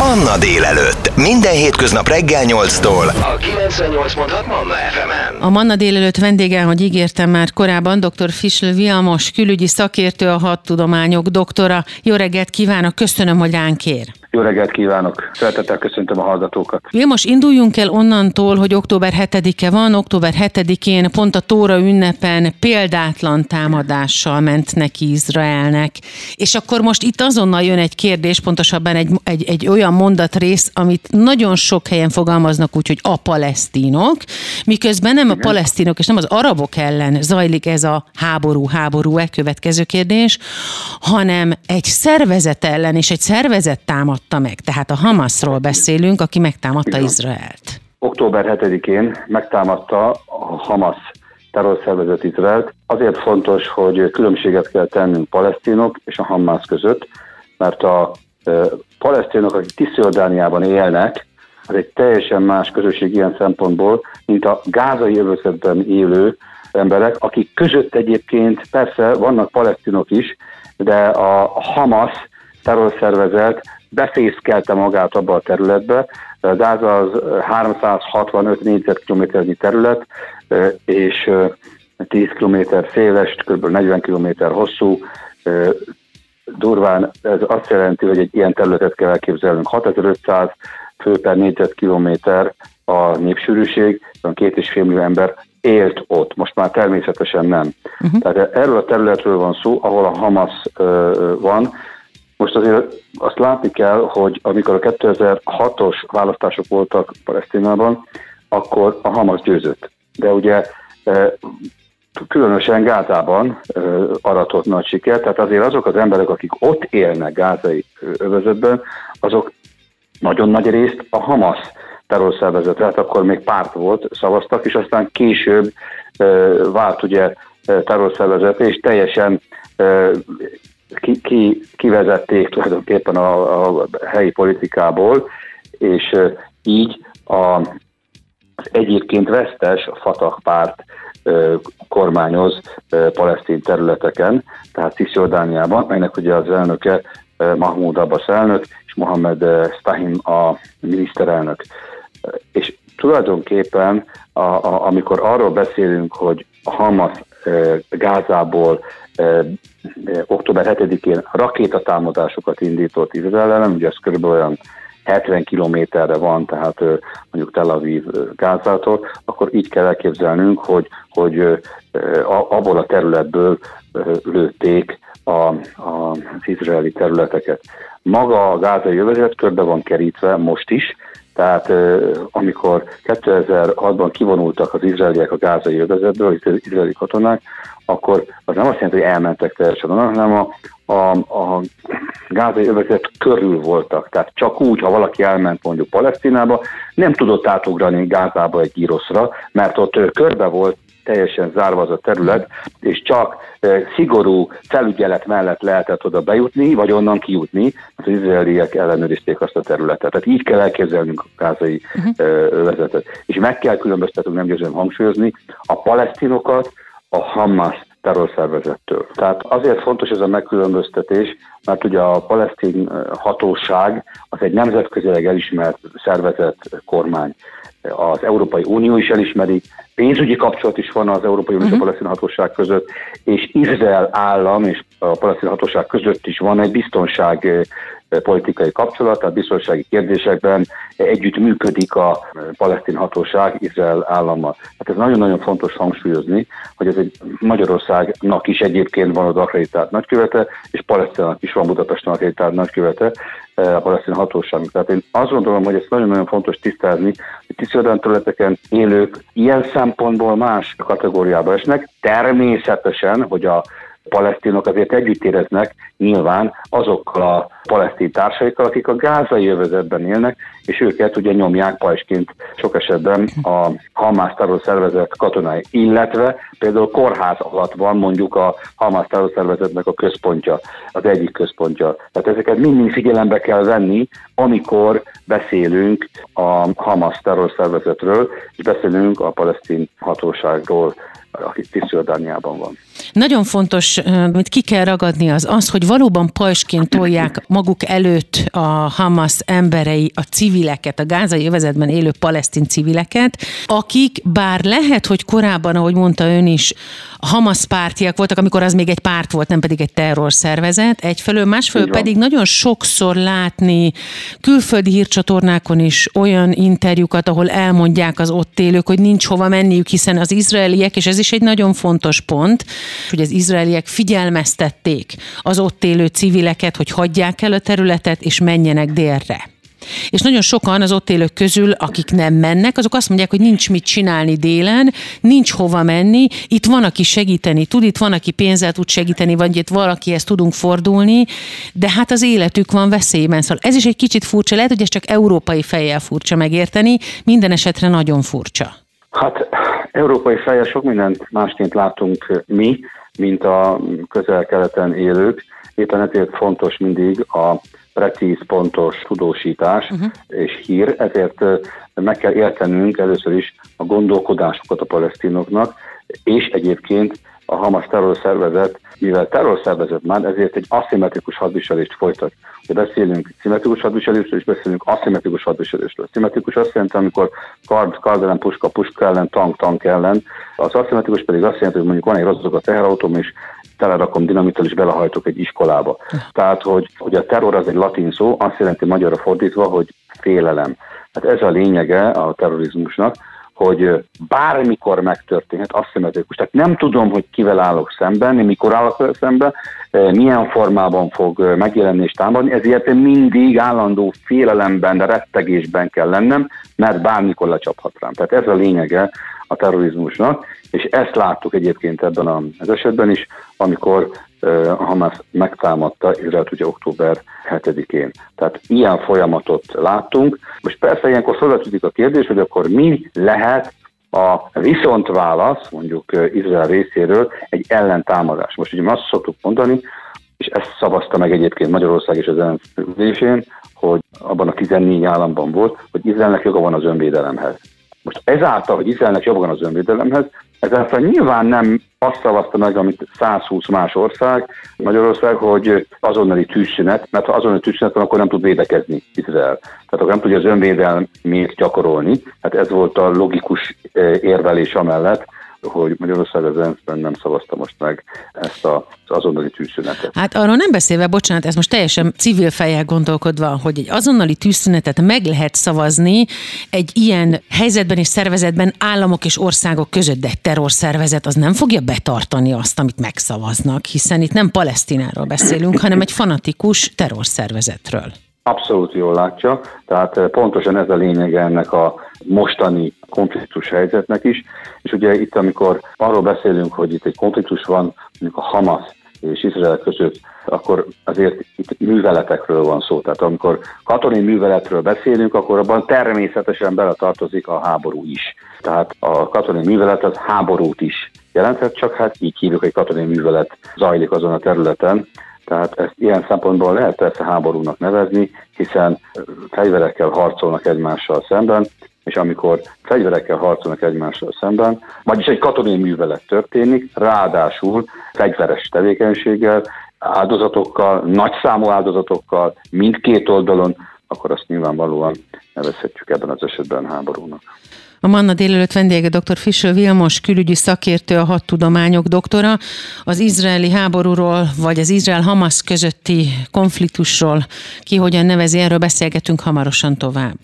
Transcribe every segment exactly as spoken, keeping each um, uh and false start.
Manna délelőtt. Minden hétköznap reggel nyolctól a kilencvennyolc pont hat Manna ef emen. A Manna délelőtt vendége, hogy ígértem már korábban, dr. Fischl Vilmos, külügyi szakértő, a hadtudományok doktora. Jó reggelt kívánok, köszönöm, hogy ránk kér. Jó reggelt kívánok! Szeretettel köszöntöm a hallgatókat. Vilmos, induljunk el onnantól, hogy október hetedike van. Október hetedikén pont a Tóra ünnepen példátlan támadással ment neki Izraelnek. És akkor most itt azonnal jön egy kérdés, pontosabban egy, egy, egy olyan mondatrész, amit nagyon sok helyen fogalmaznak úgy, hogy a palesztinok, miközben nem a palesztinok és nem az arabok ellen zajlik ez a háború, háború-e, következő kérdés, hanem egy szervezet ellen és egy szervezet támad meg. Tehát a Hamasról beszélünk, aki megtámadta Izraelt. október hetedikén megtámadta a Hamas terrorszervezet Izraelt. Azért fontos, hogy különbséget kell tennünk palesztinok és a Hamas között, mert a e, palesztinok, akik Cisjordániában élnek, az egy teljesen más közösség ilyen szempontból, mint a gázai övezetben élő emberek, akik között egyébként persze vannak palesztinok is, de a Hamas terrorszervezet befészkelte magát abba a területbe. Gáza az háromszázhatvanöt négyzetkilométernyi terület, és tíz kilométer széles, kb. negyven kilométer hosszú. Durván ez azt jelenti, hogy egy ilyen területet kell elképzelnünk. hatezer-ötszáz fő per négyzetkilométer a népsűrűség, két és fél millió ember élt ott, most már természetesen nem. Uh-huh. Tehát erről a területről van szó, ahol a Hamas van. Most azért azt látni kell, hogy amikor a kétezer-hatos választások voltak Palesztinában, akkor a Hamas győzött. De ugye különösen Gázában aratott nagy siker, tehát azért azok az emberek, akik ott élnek gázai övezetben, azok nagyon nagy részt a Hamas terrorszervezetre, hát akkor még párt volt, szavaztak, és aztán később vált ugye terrorszervezet, és teljesen Ki, ki, kivezették tulajdonképpen a, a helyi politikából, és így a, az egyébként vesztes, a Fatah párt ö, kormányoz ö, palesztin területeken, tehát Cisjordániában, melynek ugye az elnöke ö, Mahmoud Abbas elnök, és Mohammed Stahim a miniszterelnök. És tulajdonképpen, a, a, amikor arról beszélünk, hogy a Hamas ö, Gázából ö, október hetedikén rakétatámadásokat indított Izrael ellen, ugye ez körülbelül olyan hetven kilométerre van, tehát mondjuk Tel Aviv Gázától, akkor így kell elképzelnünk, hogy, hogy abból a területből lőtték a, a, az izraeli területeket. Maga a gázai övezet körbe van kerítve most is, tehát amikor kétezer-hatban kivonultak az izraeliek a gázai övezetből, az izraeli katonák, akkor az nem azt jelenti, hogy elmentek teljesen onnan, hanem a, a, a gázai övezet körül voltak. Tehát csak úgy, ha valaki elment mondjuk Palesztinába, nem tudott átugrani Gázába egy gyroszra, mert ott körbe volt teljesen zárva az a terület, és csak e, szigorú felügyelet mellett lehetett oda bejutni, vagy onnan kijutni, mert az izraeliek ellenőrizték azt a területet. Tehát így kell elképzelnünk a gázai uh-huh. e, övezetet. És meg kell különböztetnünk, nem győzöm hangsúlyozni, a palesztinokat a Hamas terrorszervezettől. Tehát azért fontos ez a megkülönböztetés, mert ugye a palesztin hatóság az egy nemzetközileg elismert szervezet, kormány. Az Európai Unió is elismeri, pénzügyi kapcsolat is van az Európai Unió és a palesztin hatóság között, és Izrael állam és a palesztin hatóság között is van egy biztonság politikai kapcsolat, tehát biztonsági kérdésekben együtt működik a palesztin hatóság Izrael állammal. Hát ez nagyon-nagyon fontos hangsúlyozni, hogy ez egy Magyarországnak is egyébként van az akkreditált nagykövete, és Palesztinának is van Budapesten akkreditált nagykövete, a palesztin hatóságnak. Tehát én azt gondolom, hogy ezt nagyon-nagyon fontos tisztázni, hogy Cisjordán területeken élők ilyen szempontból más kategóriába esnek. Természetesen, hogy a palesztinok azért együtt éreznek nyilván azokkal a palesztin társaikkal, akik a gázai övezetben élnek, és őket ugye nyomják pajsként sok esetben a Hamas terrorszervezet katonái, illetve például kórház alatt van mondjuk a Hamas terrorszervezetnek a központja, az egyik központja. Tehát ezeket mindig figyelembe kell venni, amikor beszélünk a Hamas terrorszervezetről, és beszélünk a palesztin hatóságról, aki Cisjordániában van. Nagyon fontos, amit ki kell ragadni, az az, hogy valóban pajsként tolják maguk előtt a Hamas emberei a civileket, a gázai övezetben élő palesztin civileket, akik bár lehet, hogy korábban, ahogy mondta ön is, Hamas pártiak voltak, amikor az még egy párt volt, nem pedig egy terrorszervezet, egyfelől, másfelől pedig nagyon sokszor látni külföldi hírcsatornákon is olyan interjúkat, ahol elmondják az ott élők, hogy nincs hova menniük, hiszen az izraeliek, és ez is egy nagyon fontos pont, hogy az izraeliek figyelmeztették az ott élő civileket, hogy hagyják el a területet, és menjenek délre. És nagyon sokan az ott élők közül, akik nem mennek, azok azt mondják, hogy nincs mit csinálni délen, nincs hova menni, itt van, aki segíteni tud, itt van, aki pénzzel tud segíteni, vagy itt valakihez tudunk fordulni, de hát az életük van veszélyben. Szóval ez is egy kicsit furcsa, lehet, hogy ez csak európai fejjel furcsa megérteni, minden esetre nagyon furcsa. Hát európai fejjel sok mindent másként látunk mi, mint a közel-keleten élők. Éppen ezért fontos mindig a precíz, pontos tudósítás uh-huh. és hír, ezért meg kell értenünk először is a gondolkodásokat a palesztinoknak, és egyébként a Hamas terrorszervezet, mivel terrorszervezet már, ezért egy aszimmetrikus hadviselést folytat. Ha beszélünk szimmetrikus hadviselésről, és beszélünk aszimmetrikus hadviselésről. Szimmetrikus azt jelenti, amikor kard, kard ellen, puska, puska ellen, tank, tank ellen. Az aszimmetrikus pedig azt jelenti, hogy mondjuk van egy rozzog a teherautóm, és telerakom dinamittal, és belehajtok egy iskolába. Tehát, hogy, hogy a terror az egy latin szó, azt jelenti magyarra fordítva, hogy félelem. Hát ez a lényege a terrorizmusnak, hogy bármikor megtörténhet, aszimmetrikus. Tehát nem tudom, hogy kivel állok szemben, mikor állok vele szemben, milyen formában fog megjelenni és támadni, ezért mindig állandó félelemben, de rettegésben kell lennem, mert bármikor lecsaphat rám. Tehát ez a lényege a terrorizmusnak, és ezt láttuk egyébként ebben az esetben is, amikor a Hamas megtámadta Izraelt ugye október hetedikén. Tehát ilyen folyamatot láttunk. Most persze ilyenkor felvetődik a kérdés, hogy akkor mi lehet a viszontválasz, mondjuk Izrael részéről egy ellentámadás. Most ugye azt szoktuk mondani, és ezt szavazta meg egyébként Magyarország és az ENSZ ülésén, hogy abban a tizennégy államban volt, hogy Izraelnek joga van az önvédelemhez. Most ezáltal, hogy Izraelnek joga van az önvédelemhez, ezáltal nyilván nem azt szavazta meg, amit százhúsz más ország, Magyarország, hogy azonnali tűzszünet, mert ha azonnali tűzszünet van, akkor nem tud védekezni Izrael. Tehát akkor nem tudja az önvédelmét gyakorolni. Hát ez volt a logikus érvelés amellett, hogy Magyarország az ENSZ-ben nem szavazta most meg ezt az azonnali tűzszünetet. Hát arról nem beszélve, bocsánat, ez most teljesen civil fejjel gondolkodva, hogy egy azonnali tűzszünetet meg lehet szavazni egy ilyen helyzetben és szervezetben államok és országok között, de egy terrorszervezet az nem fogja betartani azt, amit megszavaznak, hiszen itt nem Palesztináról beszélünk, hanem egy fanatikus terrorszervezetről. Abszolút jól látja, tehát pontosan ez a lényege ennek a mostani konfliktus helyzetnek is, és ugye itt, amikor arról beszélünk, hogy itt egy konfliktus van, mondjuk a Hamas és Izrael között, akkor azért itt műveletekről van szó. Tehát amikor katonai műveletről beszélünk, akkor abban természetesen beletartozik a háború is. Tehát a katonai művelet az háborút is jelenthet, csak hát így hívjuk, hogy katonai művelet zajlik azon a területen. Tehát ezt ilyen szempontból lehet persze háborúnak nevezni, hiszen fegyverekkel harcolnak egymással szemben, és amikor fegyverekkel harcolnak egymással szemben, vagyis egy katonai művelet történik, ráadásul fegyveres tevékenységgel, áldozatokkal, nagyszámú áldozatokkal, mindkét oldalon, akkor azt nyilvánvalóan nevezhetjük ebben az esetben háborúnak. A Manna délelőtt vendége dr. Fischl Vilmos, külügyi szakértő, a hadtudományok doktora. Az izraeli háborúról, vagy az Izrael-Hamas közötti konfliktusról, ki hogyan nevezi, erről beszélgetünk hamarosan tovább.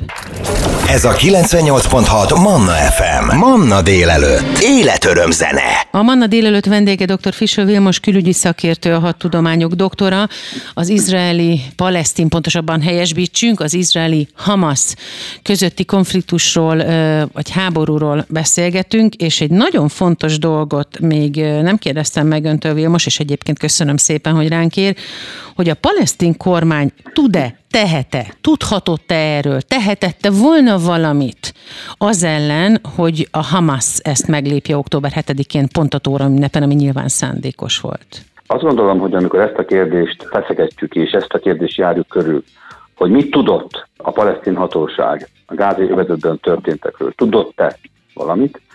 Ez a kilencvennyolc pont hat Manna ef em. Manna délelőtt. Életöröm zene. A Manna délelőtt vendége dr. Fischl Vilmos, külügyi szakértő, a hadtudományok doktora. Az izraeli-palesztin, pontosabban helyesbítsünk, az izraeli-Hamas közötti konfliktusról, vagy háborúról beszélgetünk, és egy nagyon fontos dolgot még nem kérdeztem meg öntől, Vilmos, és egyébként köszönöm szépen, hogy ránk ér, hogy a palesztin kormány tud-e, tehet-e, tudhatott-e erről, tehetette volna valamit az ellen, hogy a Hamas ezt meglépje október hetedikén pont a Tóra ünnepen, ami nyilván szándékos volt. Azt gondolom, hogy amikor ezt a kérdést feszegetjük, és ezt a kérdést járjuk körül, hogy mit tudott a palesztin hatóság a gázai övezetben történtekről, tudott-e valamit,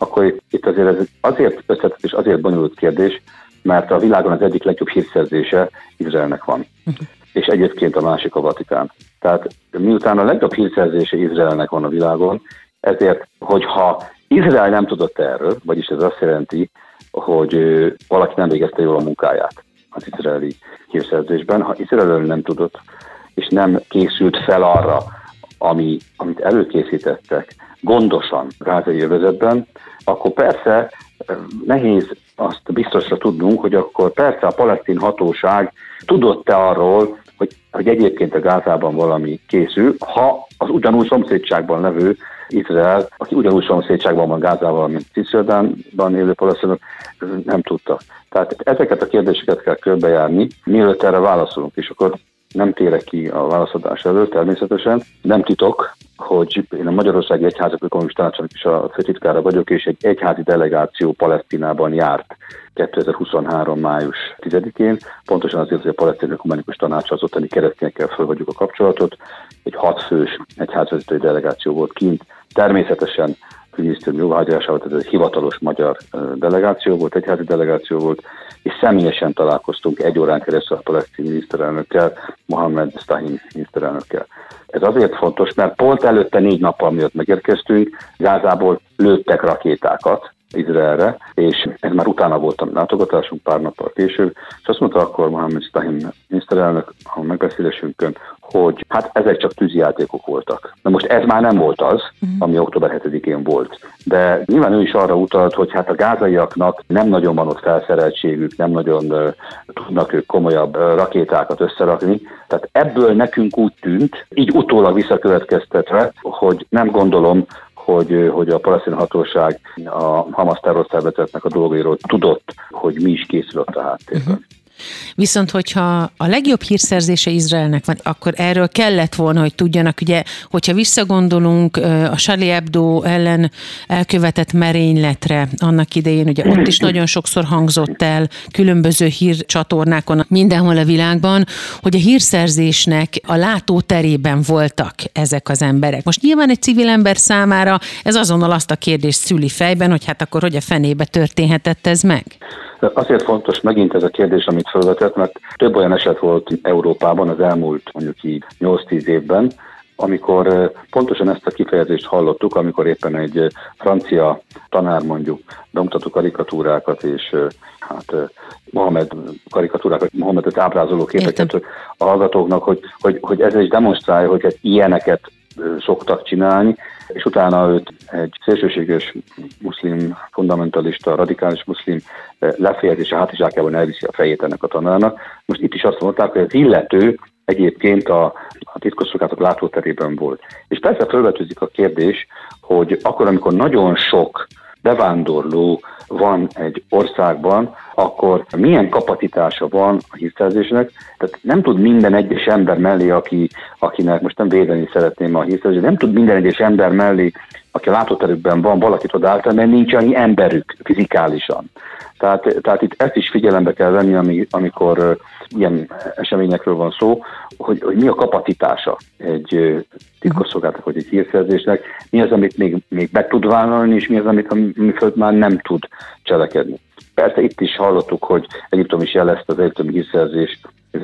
akkor itt azért ez azért összetett és azért bonyolult kérdés, mert a világon az egyik legjobb hírszerzése Izraelnek van. Uh-huh. És egyébként a másik a Vatikán. Tehát miután a legjobb hírszerzése Izraelnek van a világon, ezért, hogyha Izrael nem tudott erről, vagyis ez azt jelenti, hogy valaki nem végezte jól a munkáját az izraeli hírszerzésben. Ha Izrael nem tudott, és nem készült fel arra, ami, amit előkészítettek gondosan gázai övezetben, akkor persze nehéz azt biztosra tudnunk, hogy akkor persze a palesztin hatóság tudott-e arról, hogy, hogy egyébként a Gázában valami készül, ha az ugyanúgy szomszédságban levő Izrael, aki ugyanúgy szomszédságban van Gázával, mint Cisjordánban élő palesztinok, nem tudta. Tehát ezeket a kérdéseket kell körbejárni, mielőtt erre válaszolunk, és akkor nem térek ki a válaszadás előtt természetesen. Nem titok, hogy én a Magyarországi Egyházi Ökumenikus Tanácsának is a főtitkára vagyok, és egy egyházi delegáció Palesztinában járt kétezer-huszonhárom. május tizedikén, pontosan azért, hogy a Palesztin Ökumenikus Tanácsa az ottani keresztényekkel fölhagyjuk a kapcsolatot. Egy hatfős egyházvezetői delegáció volt kint. Természetesen külügyminisztérium jóváhagyásával, tehát ez egy hivatalos magyar delegáció volt, egyházi delegáció volt, és személyesen találkoztunk egy órán keresztül a palesztin miniszterelnökkel, Mohamed Stahim miniszterelnökkel. Ez azért fontos, mert pont előtte négy nappal miatt megérkeztünk, Gázából lőttek rakétákat Izraelre, és ez már utána volt a látogatásunk pár nappal később, és azt mondta akkor Mohamed Stahim miniszterelnök a megbeszélésünkön, hogy hát ezek csak tűzijátékok voltak. Na most ez már nem volt az, ami október hetedikén volt. De nyilván ő is arra utalt, hogy hát a gázaiaknak nem nagyon van ott felszereltségük, nem nagyon uh, tudnak ők komolyabb uh, rakétákat összerakni. Tehát ebből nekünk úgy tűnt, így utólag visszakövetkeztetve, hogy nem gondolom, hogy, hogy a palesztin hatóság a Hamas terrorszervezetnek a dolgairól tudott, hogy mi is készült a háttérben. Uh-huh. Viszont, hogyha a legjobb hírszerzése Izraelnek van, akkor erről kellett volna, hogy tudjanak, ugye, hogyha visszagondolunk a Charlie Hebdo ellen elkövetett merényletre annak idején, ugye ott is nagyon sokszor hangzott el különböző hírcsatornákon mindenhol a világban, hogy a hírszerzésnek a látóterében voltak ezek az emberek. Most nyilván egy civil ember számára ez azonnal azt a kérdést szüli fejben, hogy hát akkor hogy a fenébe történhetett ez meg? Azért fontos megint ez a kérdés, amit felvetett, mert több olyan eset volt Európában az elmúlt mondjuk így nyolc-tíz évben, amikor pontosan ezt a kifejezést hallottuk, amikor éppen egy francia tanár mondjuk bemutató karikatúrákat és hát Mohamed karikatúrákat, Mohamedet ábrázoló képeket a hallgatóknak, hogy, hogy, hogy ez is demonstrálja, hogy hát ilyeneket szoktak csinálni, és utána őt egy szélsőséges muszlim, fundamentalista, radikális muszlim lefejez, és a hátizsákjában elviszi a fejét ennek a tanárnak. Most itt is azt mondták, hogy az illető egyébként a, a titkosszolgálatok látóterében volt. És persze felvetőzik a kérdés, hogy akkor, amikor nagyon sok bevándorló van egy országban, akkor milyen kapacitása van a hírszerzésnek. Tehát nem tud minden egyes ember mellé, aki, akinek most nem védeni szeretném a hírszerzést, nem tud minden egyes ember mellé, aki a látóterükben van, valakit odaállítani, mert nincs annyi emberük fizikálisan. Tehát, tehát itt ezt is figyelembe kell venni, amikor uh, ilyen eseményekről van szó, hogy, hogy mi a kapacitása egy uh, titkosszolgálatnak vagy egy hírszerzésnek, mi az, amit még, még meg tud vállalni, és mi az, amit amiföld már nem tud cselekedni. Persze itt is hallottuk, hogy Egyiptom is jelezte az egyiptomi hírszerzés,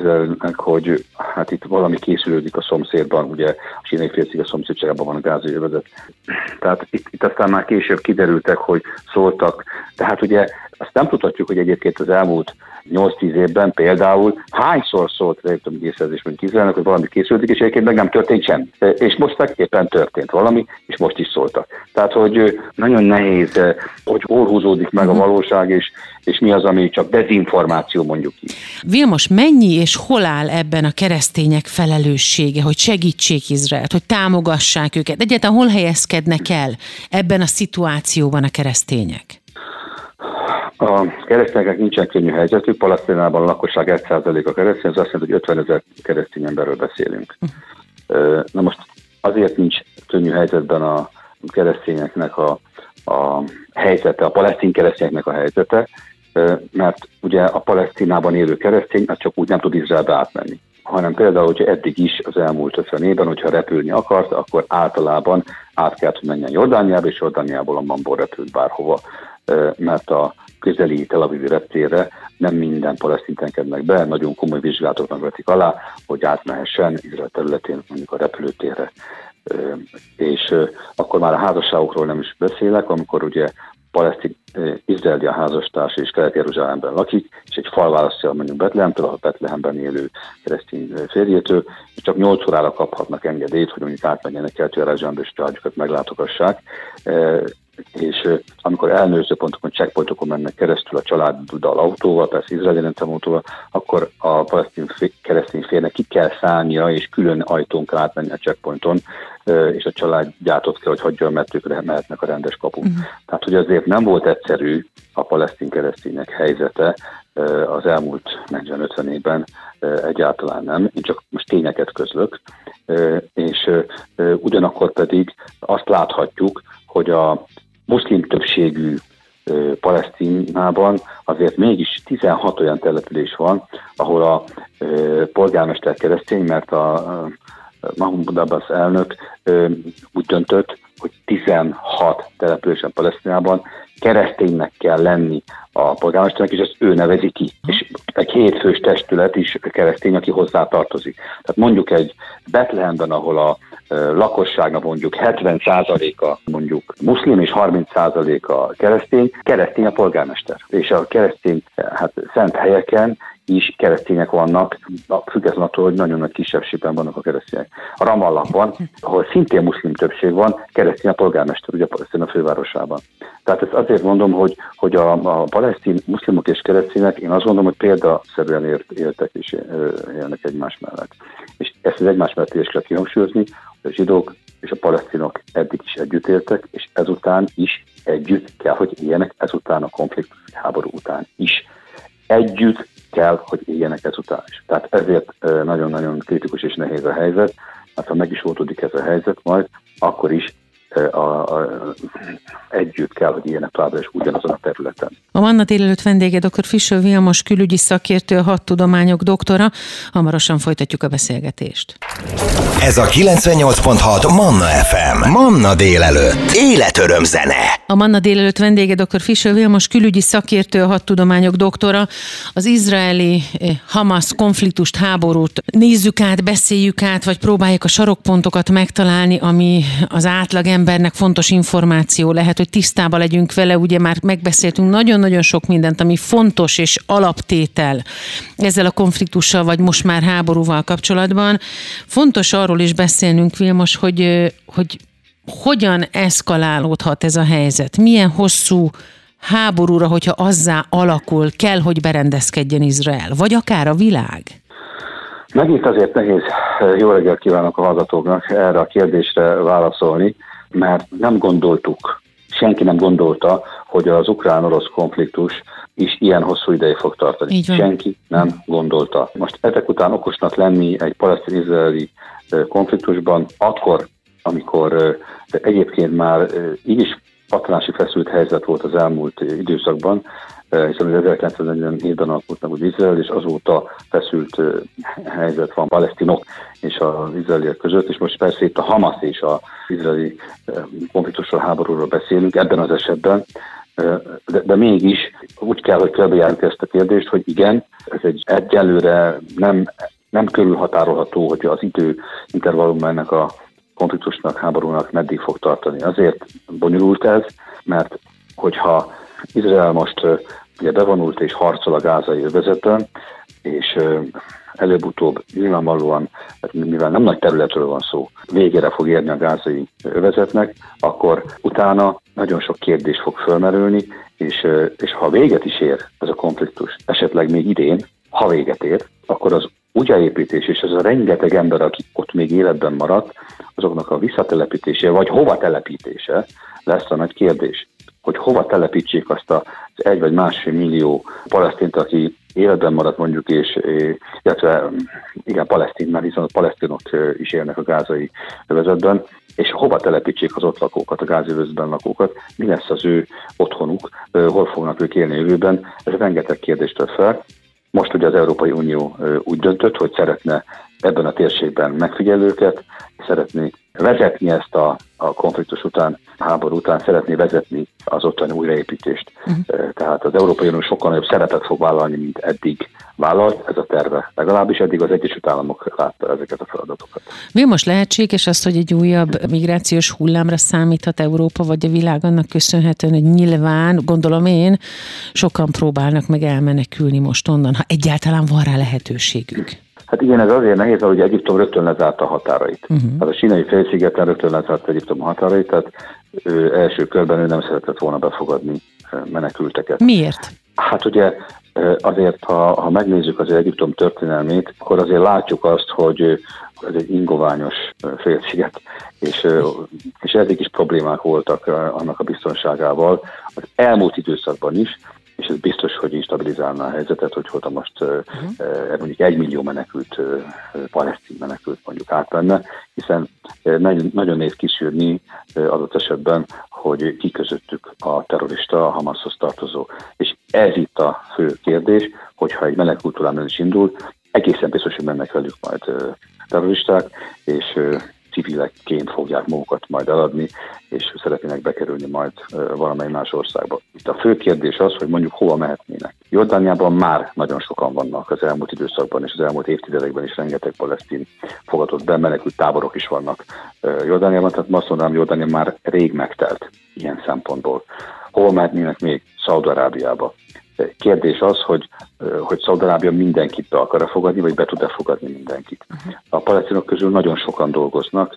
hogy hát itt valami készülődik a szomszédban, ugye a Sínai félsziget szomszédságában van a gázai övezet. Tehát itt, itt aztán már később kiderültek, hogy szóltak. Tehát ugye azt nem tudhatjuk, hogy egyébként az elmúlt nyolc-tíz évben például hányszor szólt az egyiptomi hírszerzés, mondjuk Izraelnek, hogy valami készülődik, és egyébként meg nem történt semmi. És most éppen történt valami, és most is szóltak. Tehát, hogy nagyon nehéz, hogy hol húzódik meg a valóság, és, és mi az, ami csak dezinformáció, mondjuk így. Vilmos, mennyi és hol áll ebben a keresztények felelőssége, hogy segítsék Izraelt, hogy támogassák őket? Egyáltalán hol helyezkednek el ebben a szituációban a keresztények? A keresztényeknek nincsen könnyű helyzetük, Palesztinában a lakosság egy százaléka keresztény, az azt jelenti, hogy ötvenezer keresztény emberről beszélünk. Na most azért nincs könnyű helyzetben a keresztényeknek a, a helyzete, a palesztin keresztényeknek a helyzete, mert ugye a Palesztinában élő keresztény az csak úgy nem tud Izraelbe átmenni. hanem például, hogyha eddig is az elmúlt ötven évben, hogyha repülni akart, akkor általában át kellett, hogy menjen Jordániába, és Jordániából Ammanból repült bárhova, mert a közeli Tel Avivi reptérre nem minden palesztint engednek be, nagyon komoly vizsgálatoknak vetik alá, hogy átmehessen Izrael területén mondjuk a repülőtérre. És akkor már a házasságokról nem is beszélek, amikor ugye palesztin izraeli a házastárs és Kelet-Jeruzsálemben lakik, és egy fal választja mondjuk Betlehemtől, a Betlehemben élő keresztény férjétől, és csak nyolc órára kaphatnak engedélyt, hogy mondjuk átmenjenek Kelet-Jeruzsálembe és családjukat meglátogassák. És amikor ellenőrző pontokon, checkpointokon mennek keresztül a családdal autóval, persze izraeli rendszerautóval, akkor a palesztin keresztény férnek ki kell szállnia, és külön ajtón kell átmenni a checkpointon, és a családját ott kell, hogy hagyja, mert ők mehetnek a rendes kapun. Uh-huh. Tehát, hogy azért nem volt egyszerű a palesztin keresztények helyzete az elmúlt negyven-ötven évben, egyáltalán nem. Én csak most tényeket közlök, és ugyanakkor pedig azt láthatjuk, hogy a muszlim többségű Palesztinában azért mégis tizenhat olyan település van, ahol a polgármester keresztény, mert a Mahmoud Abbas elnök úgy döntött, hogy tizenhat településen Palesztinában kereszténynek kell lenni a polgármesternek, és ezt ő nevezi ki. És egy hétfős testület is keresztény, aki hozzá tartozik. Tehát mondjuk egy Betlehemben, ahol a lakosságnak mondjuk hetven százaléka mondjuk muszlim és harminc százaléka keresztény, keresztény a polgármester. És a keresztény hát szent helyeken is keresztények vannak, függetlenül attól, hogy nagyon nagy kisebbségben vannak a keresztények. A Ramallahban, ahol szintén muszlim többség van, keresztény a polgármester, ugye a fővárosában. Tehát ezt azért mondom, hogy, hogy a, a palesztin muszlimok és keresztények, én azt gondolom, hogy példaszerűen ért, éltek és élnek egymás mellett. És ezt az egymás mellett is kell kihangsúlyozni, hogy a zsidók és a palesztinok eddig is együtt éltek, és ezután is együtt kell, hogy éljenek, ezután a konfliktus háború után is. Együtt kell, hogy éljenek ezután is. Tehát ezért nagyon-nagyon kritikus és nehéz a helyzet, mert ha meg is oldódik ez a helyzet majd, akkor is A, a, együtt kell, hogy ilyenek továbbra is ugyanazon a területen. A Manna délelőtt vendége dr. Fischer Vilmos külügyi szakértő, a hadtudományok doktora. Hamarosan folytatjuk a beszélgetést. Ez a kilencvennyolc pont hat Manna ef em. Manna délelőtt. Életöröm zene. A Manna délelőtt vendége dr. Fischer Vilmos külügyi szakértő, a hadtudományok doktora. Az izraeli Hamas konfliktust, háborút nézzük át, beszéljük át, vagy próbáljuk a sarokpontokat megtalálni, ami az átlag embernek fontos információ lehet, hogy tisztában legyünk vele. Ugye már megbeszéltünk nagyon-nagyon sok mindent, ami fontos és alaptétel ezzel a konfliktussal, vagy most már háborúval kapcsolatban. Fontos arról is beszélnünk, Vilmos, hogy, hogy hogyan eszkalálódhat ez a helyzet. Milyen hosszú háborúra, hogyha azzá alakul, kell, hogy berendezkedjen Izrael, vagy akár a világ? Megint azért nehéz, jó reggelt kívánok a hallgatóknak, erre a kérdésre válaszolni, mert nem gondoltuk, senki nem gondolta, hogy az ukrán-orosz konfliktus is ilyen hosszú ideig fog tartani. Senki nem gondolta. Most ezek után okosnak lenni egy palesztin-izraeli konfliktusban, akkor, amikor egyébként már így is pattanási feszült helyzet volt az elmúlt időszakban, hiszen az ezerkilencszáznegyvenhétben alakult meg az Izrael, és azóta feszült helyzet van palesztinok és az izraeliek között, és most persze itt a Hamas és az izraeli konfliktusról, háborúról beszélünk ebben az esetben, de, de mégis úgy kell, hogy körbejárjuk ezt a kérdést, hogy igen, ez egy egyelőre nem, nem körülhatárolható, hogy az idő intervallum ennek a konfliktusnak, háborúnak meddig fog tartani. Azért bonyolult ez, mert hogyha Izrael most ugye bevonult és harcol a gázai övezetben, és előbb-utóbb nyilvánvalóan, mivel nem nagy területről van szó, végére fog érni a gázai övezetnek, akkor utána nagyon sok kérdés fog fölmerülni, és, és ha véget is ér ez a konfliktus, esetleg még idén, ha véget ér, akkor az újjáépítés és ez a rengeteg ember, aki ott még életben maradt, azoknak a visszatelepítése, vagy hova telepítése lesz a nagy kérdés. Hogy hova telepítsék azt az egy vagy másfél millió palesztint, aki életben maradt mondjuk, és illetve igen, palesztin, mert hiszen a palesztinok is élnek a gázai övezetben, és hova telepítsék az ott lakókat, a gázai övezetben lakókat, mi lesz az ő otthonuk, hol fognak ők élni jövőben, ez rengeteg kérdést tett fel, Most ugye az Európai Unió úgy döntött, hogy szeretne ebben a térségben megfigyelőket, szeretné vezetni ezt a, a konfliktus után, háború után, szeretné vezetni az ottani újraépítést. Uh-huh. Tehát az Európai Unió sokkal nagyobb szerepet fog vállalni, mint eddig vállalt, ez a terve. Legalábbis eddig az Egyesült Államok látta ezeket a feladatokat. Mi most lehetséges az, hogy egy újabb migrációs hullámra számíthat Európa vagy a világ annak köszönhetően, hogy nyilván, gondolom én, sokan próbálnak meg elmenekülni most onnan, ha egyáltalán van rá lehetőségük? Hát igen, ez azért nehéz, hogy Egyiptom rögtön lezárta a határait. Uh-huh. Hát a Sínai félszigeten rögtön lezárt Egyiptom a határait, tehát ő első körben ő nem szeretett volna befogadni menekülteket. Miért? Hát ugye azért, ha, ha megnézzük az Egyiptom történelmét, akkor azért látjuk azt, hogy ez egy ingoványos félsziget, és, és eddig is problémák voltak annak a biztonságával az elmúlt időszakban is, és ez biztos, hogy instabilizálná a helyzetet, hogy oda most uh-huh. eh, mondjuk egy millió menekült, eh, palesztin menekült mondjuk átmenne, hiszen eh, nagyon, nagyon nehéz kiszűrni eh, adott esetben, hogy ki közöttük a terrorista, a Hamashoz tartozó. És ez itt a fő kérdés, hogyha egy menekült hullám is indul, egészen biztos, hogy mennek velük majd eh, terroristák, és eh, civilekként fogják magukat majd eladni, és szeretnének bekerülni majd valamely más országba. Itt a fő kérdés az, hogy mondjuk hova mehetnének. Jordániában már nagyon sokan vannak az elmúlt időszakban, és az elmúlt évtizedekben is rengeteg palesztin fogadott be, menekült táborok is vannak Jordániában, tehát azt mondanám, Jordánia már rég megtelt ilyen szempontból. Hova mehetnének még? Szaúd-Arábiába. Kérdés az, hogy, hogy Szaúd-Arábia mindenkit be akar fogadni, vagy be tud-e fogadni mindenkit. Uh-huh. A palesztinok közül nagyon sokan dolgoznak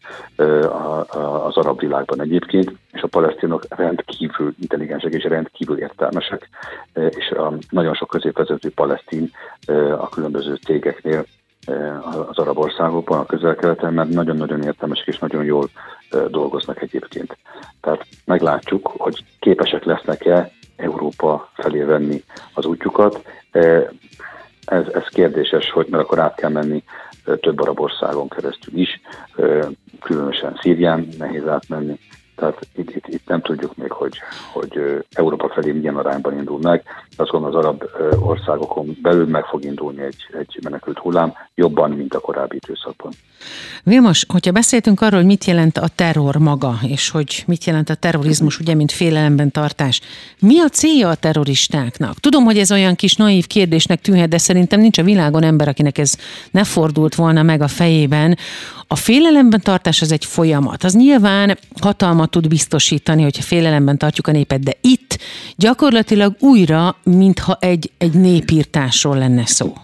az arab világban egyébként, és a palesztinok rendkívül intelligensek és rendkívül értelmesek, és nagyon sok középvezető palesztin a különböző cégeknél az arab országokban, a közel-keleten, mert nagyon-nagyon értelmesek és nagyon jól dolgoznak egyébként. Tehát meglátjuk, hogy képesek lesznek-e Európa felé venni az útjukat. Ez, ez kérdéses, hogy mert akkor át kell menni több arab országon keresztül is, különösen Szírián nehéz átmenni. Tehát itt, itt, itt nem tudjuk még, hogy, hogy Európa felé milyen arányban indul meg. Azt gondolom, az arab országokon belül meg fog indulni egy, egy menekült hullám, jobban, mint a korábbi időszakban. Vilmos, hogyha beszéltünk arról, hogy mit jelent a terror maga, és hogy mit jelent a terrorizmus, ugye, mint félelemben tartás, mi a célja a terroristáknak? Tudom, hogy ez olyan kis naív kérdésnek tűnhet, de szerintem nincs a világon ember, akinek ez ne fordult volna meg a fejében. A félelemben tartás az egy folyamat. Az nyilván hatalmat tud biztosítani, hogyha félelemben tartjuk a népet, de itt gyakorlatilag újra, mintha egy, egy népírtásról lenne szó.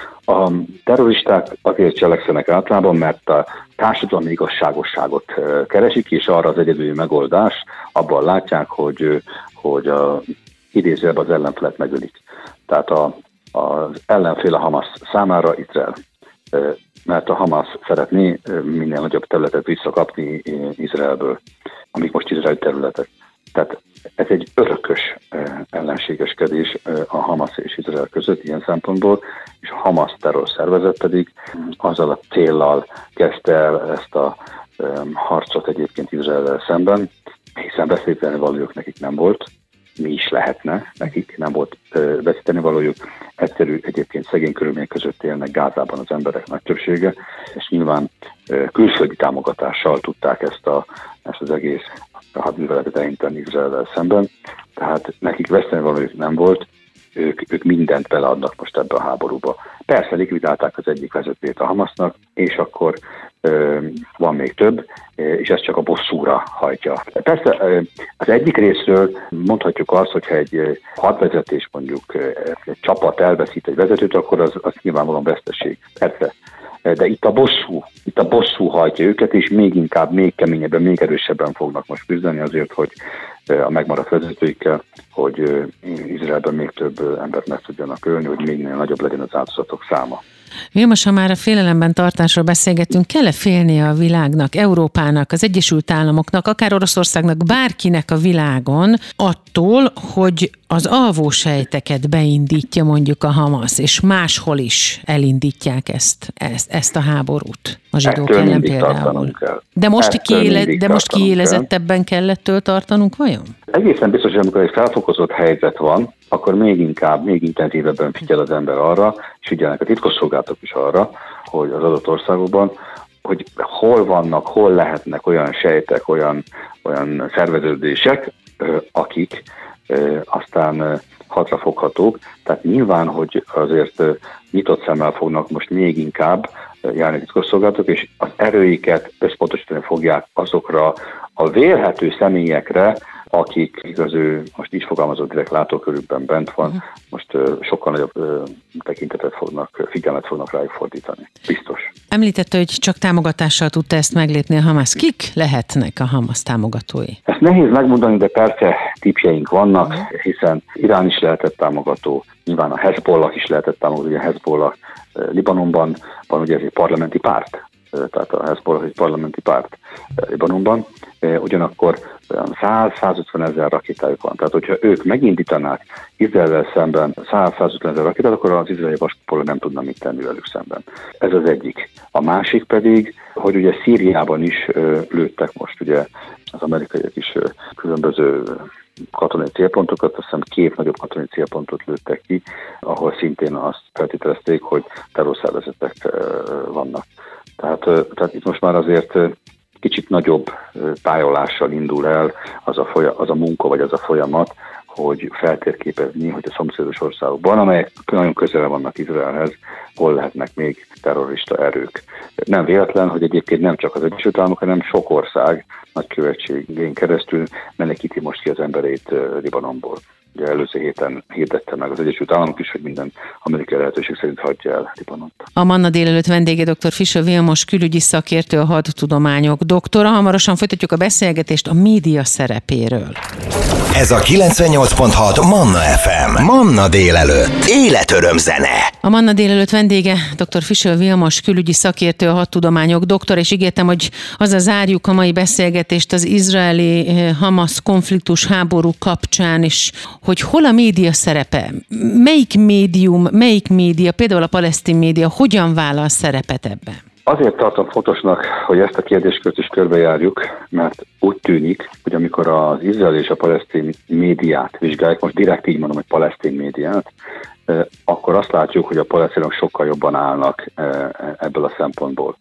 A terroristák azért cselekszenek általában, mert a társadalmi igazságosságot keresik, és arra az egyedüli megoldás, abban látják, hogy, hogy a, idézőjelben az ellenfelet megölik. Tehát a, az ellenfél a Hamas számára Izrael. Mert a Hamas szeretné minél nagyobb területet visszakapni Izraelből, amik most izraeli területek. Tehát ez egy örökös ellenségeskedés a Hamas és Izrael között ilyen szempontból, és a Hamas terrorszervezet pedig azzal a céllal kezdte el ezt a harcot egyébként Izraellel szemben, hiszen veszélytelen valójuk nekik nem volt, mi is lehetne nekik, nem volt veszíteni valójuk. Egyszerű, egyébként szegény körülmények között élnek Gázában az emberek nagy többsége, és nyilván külföldi támogatással tudták ezt, a, ezt az egész hadműveletet elinteni Izraellel szemben. Tehát nekik veszíteni valójuk nem volt, ők, ők mindent beleadnak most ebbe a háborúba. Persze likvidálták az egyik vezetőjét a Hamasnak, és akkor ö, van még több, és ez csak a bosszúra hajtja. Persze az egyik részről mondhatjuk azt, hogyha egy hadvezetés mondjuk egy csapat elveszít egy vezetőt, akkor az, az nyilvánvalóan veszteség. Persze. De itt a bosszú, itt a bosszú hajtja őket, és még inkább, még keményebben, még erősebben fognak most küzdeni azért, hogy a megmaradt vezetőikkel, hogy Izraelben még több embert meg tudjanak ölni, hogy még nagyobb legyen az áldozatok száma. Vilmos, ha már a félelemben tartásról beszélgetünk, kell-e félnie a világnak, Európának, az Egyesült Államoknak, akár Oroszországnak, bárkinek a világon attól, hogy az alvósejteket beindítja mondjuk a Hamas, és máshol is elindítják ezt, ezt, ezt a háborút a zsidók ellen például. De most, kiéle, de most kiélezettebben kell ettől tartanunk vajon? Egészen biztos, hogy amikor egy felfokozott helyzet van, akkor még inkább, még intenzívebben figyel az ember arra, és figyelnek a titkosszolgálatok is arra, hogy az adott országokban, hogy hol vannak, hol lehetnek olyan sejtek, olyan, olyan szerveződések, akik aztán hatrafoghatók. Tehát nyilván, hogy azért nyitott szemmel fognak most még inkább járni titkosszolgálatok, és az erőiket összpontosítani fogják azokra a vélhető személyekre, akik igaz, ő most így fogalmazott, direkt látókörükben bent van, uh-huh. most uh, sokkal nagyobb uh, tekintetet fognak, figyelmet fognak rájuk fordítani. Biztos. Említette, hogy csak támogatással tudta ezt meglépni a Hamas. Kik lehetnek a Hamas támogatói? Ezt nehéz megmondani, de persze tippjeink vannak, uh-huh. hiszen Irán is lehetett támogató, nyilván a Hezbollah is lehetett támogató, ugye a Hezbollah uh, Libanonban van, ugye ez egy parlamenti párt, tehát a Hezbollah egy parlamenti párt Libanonban, ugyanakkor száz-százötven ezer rakétájuk van. Tehát, hogyha ők megindítanák Izraellel szemben száz-százötven ezer rakétát, akkor az izraeli vaskupola nem tudna mit tenni velük szemben. Ez az egyik. A másik pedig, hogy ugye Szíriában is lőttek most, ugye az amerikaiak is különböző katonai célpontokat, azt hiszem két nagyobb katonai célpontot lőttek ki, ahol szintén azt feltételezték, hogy terrorszervezetek vannak. Tehát, tehát itt most már azért kicsit nagyobb tájolással indul el az a, folya, az a munka, vagy az a folyamat, hogy feltérképezni, hogy a szomszédos országokban, amelyek nagyon közel vannak Izraelhez, hol lehetnek még terrorista erők. Nem véletlen, hogy egyébként nem csak az Egyesült Államok, hanem sok ország nagykövetségén keresztül menekíti most ki az embereit Libanonból. Ugye előző héten hirdette meg az Egyesült Államok is, hogy minden amerikai lehetőség szerint hagyja el Libanont. A Manna délelőtt vendége dr. Fischer Vilmos, külügyi szakértő, a hadtudományok doktora. Hamarosan folytatjuk a beszélgetést a média szerepéről. Ez a kilencvennyolc pont hat Manna ef em. Manna délelőtt. Életöröm zene. A Manna délelőtt vendége dr. Fischer Vilmos, külügyi szakértő, a hadtudományok doktora, és ígértem, hogy azzal zárjuk a mai beszélgetést az izraeli-Hamas konfliktus háború kapcsán is, hogy hol a média szerepe, melyik médium, melyik média, például a palesztin média, hogyan vállal szerepet ebben? Azért tartom fontosnak, hogy ezt a kérdéskört is körbejárjuk, mert úgy tűnik, hogy amikor az izrael és a palesztin médiát vizsgálják, most direkt így mondom, hogy palesztin médiát, akkor azt látjuk, hogy a palesztinok sokkal jobban állnak ebből a szempontból.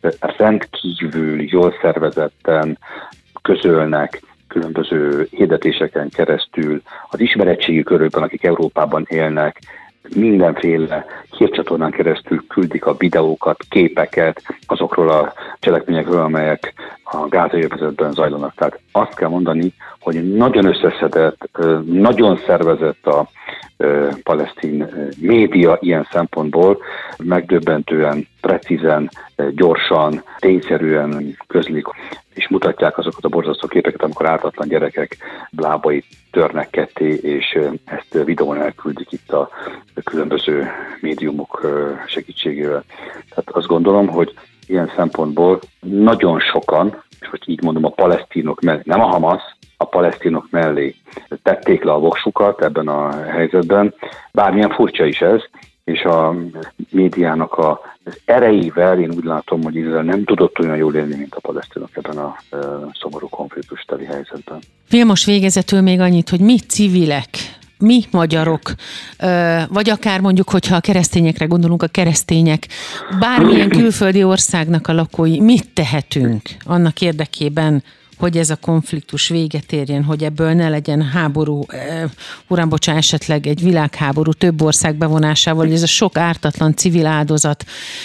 Rendkívül jól szervezetten közölnek, különböző hirdetéseken keresztül, az ismeretségi körökben, akik Európában élnek, mindenféle hírcsatornán keresztül küldik a videókat, képeket azokról a cselekményekről, amelyek a gázai övezetben zajlanak. Tehát azt kell mondani, hogy nagyon összeszedett, nagyon szervezett a palesztin média ilyen szempontból, megdöbbentően, precízen, gyorsan, tényszerűen közlik, és mutatják azokat a borzasztó képeket, amikor ártatlan gyerekek lábai törnek ketté, és ezt videón elküldik itt a különböző médiumok segítségével. Tehát azt gondolom, hogy ilyen szempontból nagyon sokan, és hogy így mondom, a palesztinok mellé, nem a Hamas, a palesztinok mellé tették le a voksukat ebben a helyzetben, bármilyen furcsa is ez, és a médiának a, az erejével én úgy látom, hogy Izrael nem tudott olyan jól élni, mint a palesztinok ebben a e, szomorú konfliktusteli helyzetben. Vilmos, végezetül még annyit, hogy mi civilek, mi magyarok, vagy akár mondjuk, hogyha a keresztényekre gondolunk, a keresztények, bármilyen külföldi országnak a lakói, mit tehetünk annak érdekében, hogy ez a konfliktus véget érjen, hogy ebből ne legyen háború, uram, bocsán, esetleg egy világháború több ország bevonásával, hogy ez a sok ártatlan civil áldozat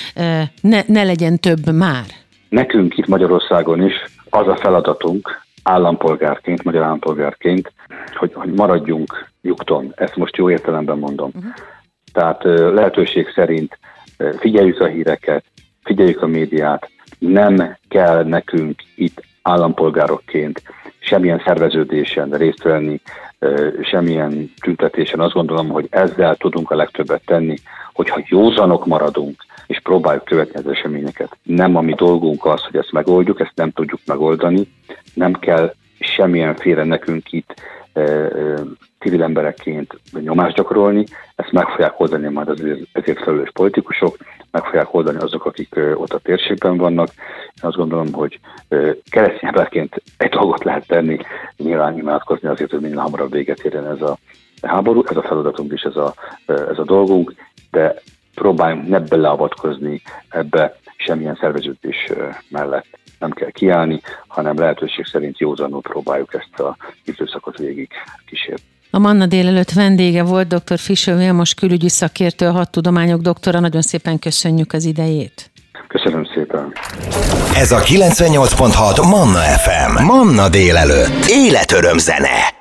ne, ne legyen több már? Nekünk itt Magyarországon is az a feladatunk, állampolgárként, magyar állampolgárként, hogy, hogy maradjunk nyugton. Ezt most jó értelemben mondom. Uh-huh. Tehát lehetőség szerint figyeljük a híreket, figyeljük a médiát, nem kell nekünk itt állampolgárokként semmilyen szerveződésen részt venni, semmilyen tüntetésen. Azt gondolom, hogy ezzel tudunk a legtöbbet tenni, hogyha józanok maradunk, és próbáljuk követni az eseményeket. Nem a mi dolgunk az, hogy ezt megoldjuk, ezt nem tudjuk megoldani, nem kell semmilyenféle nekünk itt civil emberekként nyomást gyakorolni, ezt meg fogják oldani majd az ezért felelős politikusok, meg fogják oldani azok, akik ott a térségben vannak. Én azt gondolom, hogy keresztény emberként egy dolgot lehet tenni, nyilván imádkozni azért, hogy minél hamarabb véget érjen ez a háború, ez a feladatunk és ez a, ez a dolgunk, de próbáljunk ne beleavatkozni ebbe, semmilyen szerveződés mellett nem kell kiállni, hanem lehetőség szerint józanul próbáljuk ezt a időszakot végig kísérni. A Manna délelőtt vendége volt dr. Fischer Vilmos külügyi szakértő, a hadtudományok doktora. Nagyon szépen köszönjük az idejét. Köszönöm szépen. Ez a kilencvennyolc pont hat Manna ef em. Manna délelőtt. Életöröm zene.